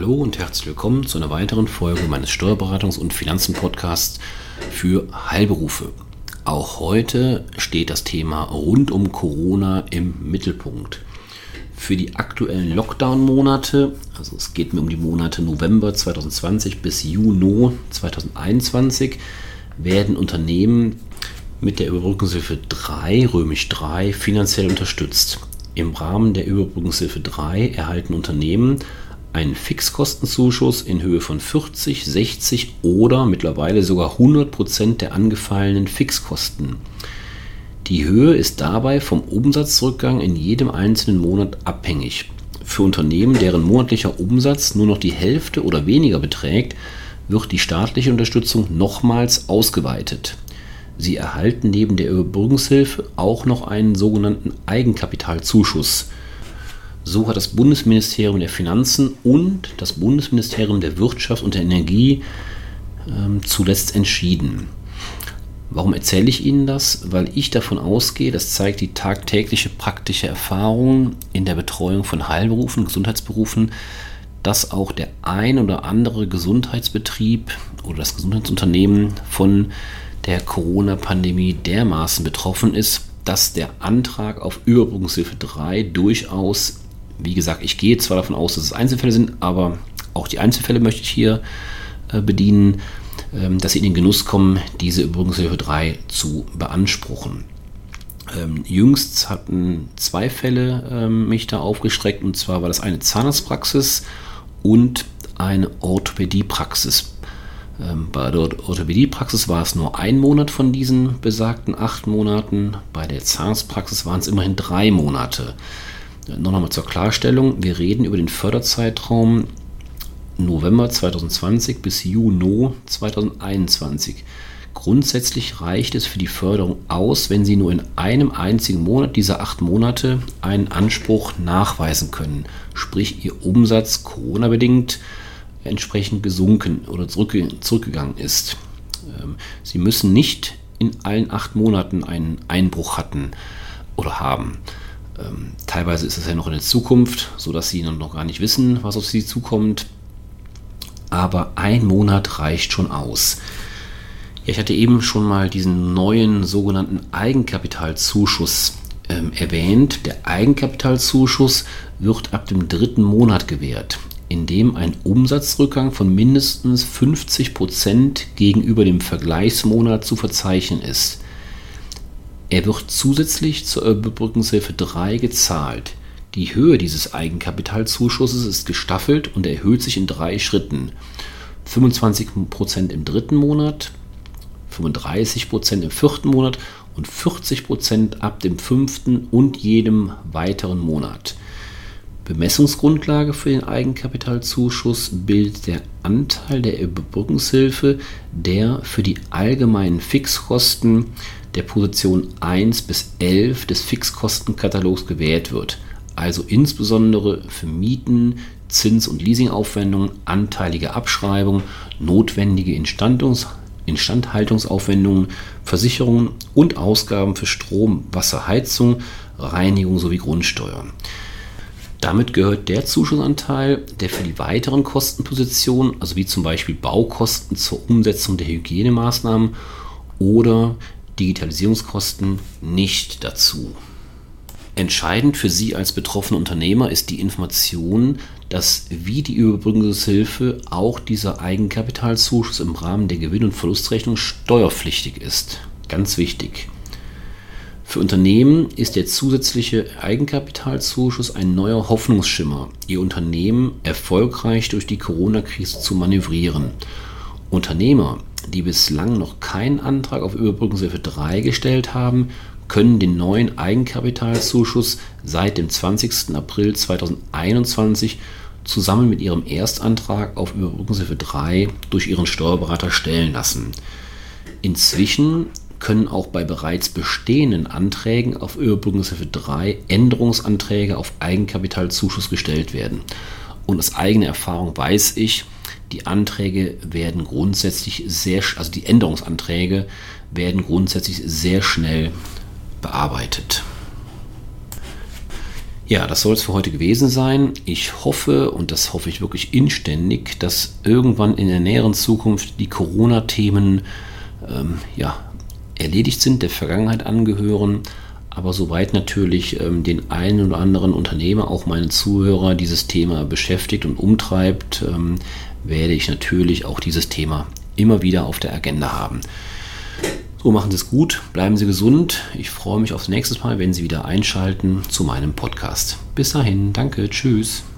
Hallo und herzlich willkommen zu einer weiteren Folge meines Steuerberatungs- und Finanzen-Podcasts für Heilberufe. Auch heute steht das Thema rund um Corona im Mittelpunkt. Für die aktuellen Lockdown-Monate, also es geht mir um die Monate November 2020 bis Juni 2021, werden Unternehmen mit der Überbrückungshilfe 3, römisch 3, finanziell unterstützt. Im Rahmen der Überbrückungshilfe 3 erhalten Unternehmen einen Fixkostenzuschuss in Höhe von 40, 60 oder mittlerweile sogar 100% der angefallenen Fixkosten. Die Höhe ist dabei vom Umsatzrückgang in jedem einzelnen Monat abhängig. Für Unternehmen, deren monatlicher Umsatz nur noch die Hälfte oder weniger beträgt, wird die staatliche Unterstützung nochmals ausgeweitet. Sie erhalten neben der Überbrückungshilfe auch noch einen sogenannten Eigenkapitalzuschuss. So hat das Bundesministerium der Finanzen und das Bundesministerium der Wirtschaft und der Energie zuletzt entschieden. Warum erzähle ich Ihnen das? Weil ich davon ausgehe, das zeigt die tagtägliche praktische Erfahrung in der Betreuung von Heilberufen, Gesundheitsberufen, dass auch der ein oder andere Gesundheitsbetrieb oder das Gesundheitsunternehmen von der Corona-Pandemie dermaßen betroffen ist, dass der Antrag auf Überbrückungshilfe 3 durchaus, wie gesagt, ich gehe zwar davon aus, dass es Einzelfälle sind, aber auch die Einzelfälle möchte ich hier bedienen, dass sie in den Genuss kommen, diese Überbrückungshilfe 3 zu beanspruchen. Jüngst hatten 2 Fälle mich da aufgestreckt, und zwar war das eine Zahnarztpraxis und eine Orthopädiepraxis. Bei der Orthopädiepraxis war es nur 1 Monat von diesen besagten 8 Monaten. Bei der Zahnarztpraxis waren es immerhin 3 Monate. Noch einmal zur Klarstellung, wir reden über den Förderzeitraum November 2020 bis Juni 2021. Grundsätzlich reicht es für die Förderung aus, wenn Sie nur in einem einzigen Monat dieser 8 Monate einen Anspruch nachweisen können. Sprich, Ihr Umsatz Corona-bedingt entsprechend gesunken oder zurückgegangen ist. Sie müssen nicht in allen 8 Monaten einen Einbruch hatten oder haben. Teilweise ist es ja noch in der Zukunft, sodass Sie noch gar nicht wissen, was auf Sie zukommt. Aber 1 Monat reicht schon aus. Ja, ich hatte eben schon mal diesen neuen sogenannten Eigenkapitalzuschuss erwähnt. Der Eigenkapitalzuschuss wird ab dem 3. Monat gewährt, in dem ein Umsatzrückgang von mindestens 50% gegenüber dem Vergleichsmonat zu verzeichnen ist. Er wird zusätzlich zur Überbrückungshilfe 3 gezahlt. Die Höhe dieses Eigenkapitalzuschusses ist gestaffelt und erhöht sich in 3 Schritten. 25% im 3. Monat, 35% im 4. Monat und 40% ab dem 5. und jedem weiteren Monat. Bemessungsgrundlage für den Eigenkapitalzuschuss bildet der Anteil der Überbrückungshilfe, der für die allgemeinen Fixkosten der Position 1 bis 11 des Fixkostenkatalogs gewährt wird, also insbesondere für Mieten, Zins- und Leasingaufwendungen, anteilige Abschreibung, notwendige Instandhaltungsaufwendungen, Versicherungen und Ausgaben für Strom, Wasser, Heizung, Reinigung sowie Grundsteuer. Damit gehört der Zuschussanteil, der für die weiteren Kostenpositionen, also wie zum Beispiel Baukosten zur Umsetzung der Hygienemaßnahmen oder Digitalisierungskosten, nicht dazu. Entscheidend für Sie als betroffene Unternehmer ist die Information, dass wie die Überbrückungshilfe auch dieser Eigenkapitalzuschuss im Rahmen der Gewinn- und Verlustrechnung steuerpflichtig ist. Ganz wichtig. Für Unternehmen ist der zusätzliche Eigenkapitalzuschuss ein neuer Hoffnungsschimmer, ihr Unternehmen erfolgreich durch die Corona-Krise zu manövrieren. Unternehmer, die bislang noch keinen Antrag auf Überbrückungshilfe 3 gestellt haben, können den neuen Eigenkapitalzuschuss seit dem 20. April 2021 zusammen mit ihrem Erstantrag auf Überbrückungshilfe 3 durch ihren Steuerberater stellen lassen. Inzwischen können auch bei bereits bestehenden Anträgen auf Überbrückungshilfe 3 Änderungsanträge auf Eigenkapitalzuschuss gestellt werden. Und aus eigener Erfahrung weiß ich, die Anträge werden grundsätzlich die Änderungsanträge werden grundsätzlich sehr schnell bearbeitet. Ja, das soll es für heute gewesen sein. Ich hoffe, und das hoffe ich wirklich inständig, dass irgendwann in der näheren Zukunft die Corona-Themen erledigt sind, der Vergangenheit angehören. Aber soweit natürlich den einen oder anderen Unternehmer, auch meine Zuhörer, dieses Thema beschäftigt und umtreibt, werde ich natürlich auch dieses Thema immer wieder auf der Agenda haben. So, machen Sie es gut, bleiben Sie gesund. Ich freue mich aufs nächste Mal, wenn Sie wieder einschalten zu meinem Podcast. Bis dahin, danke, tschüss.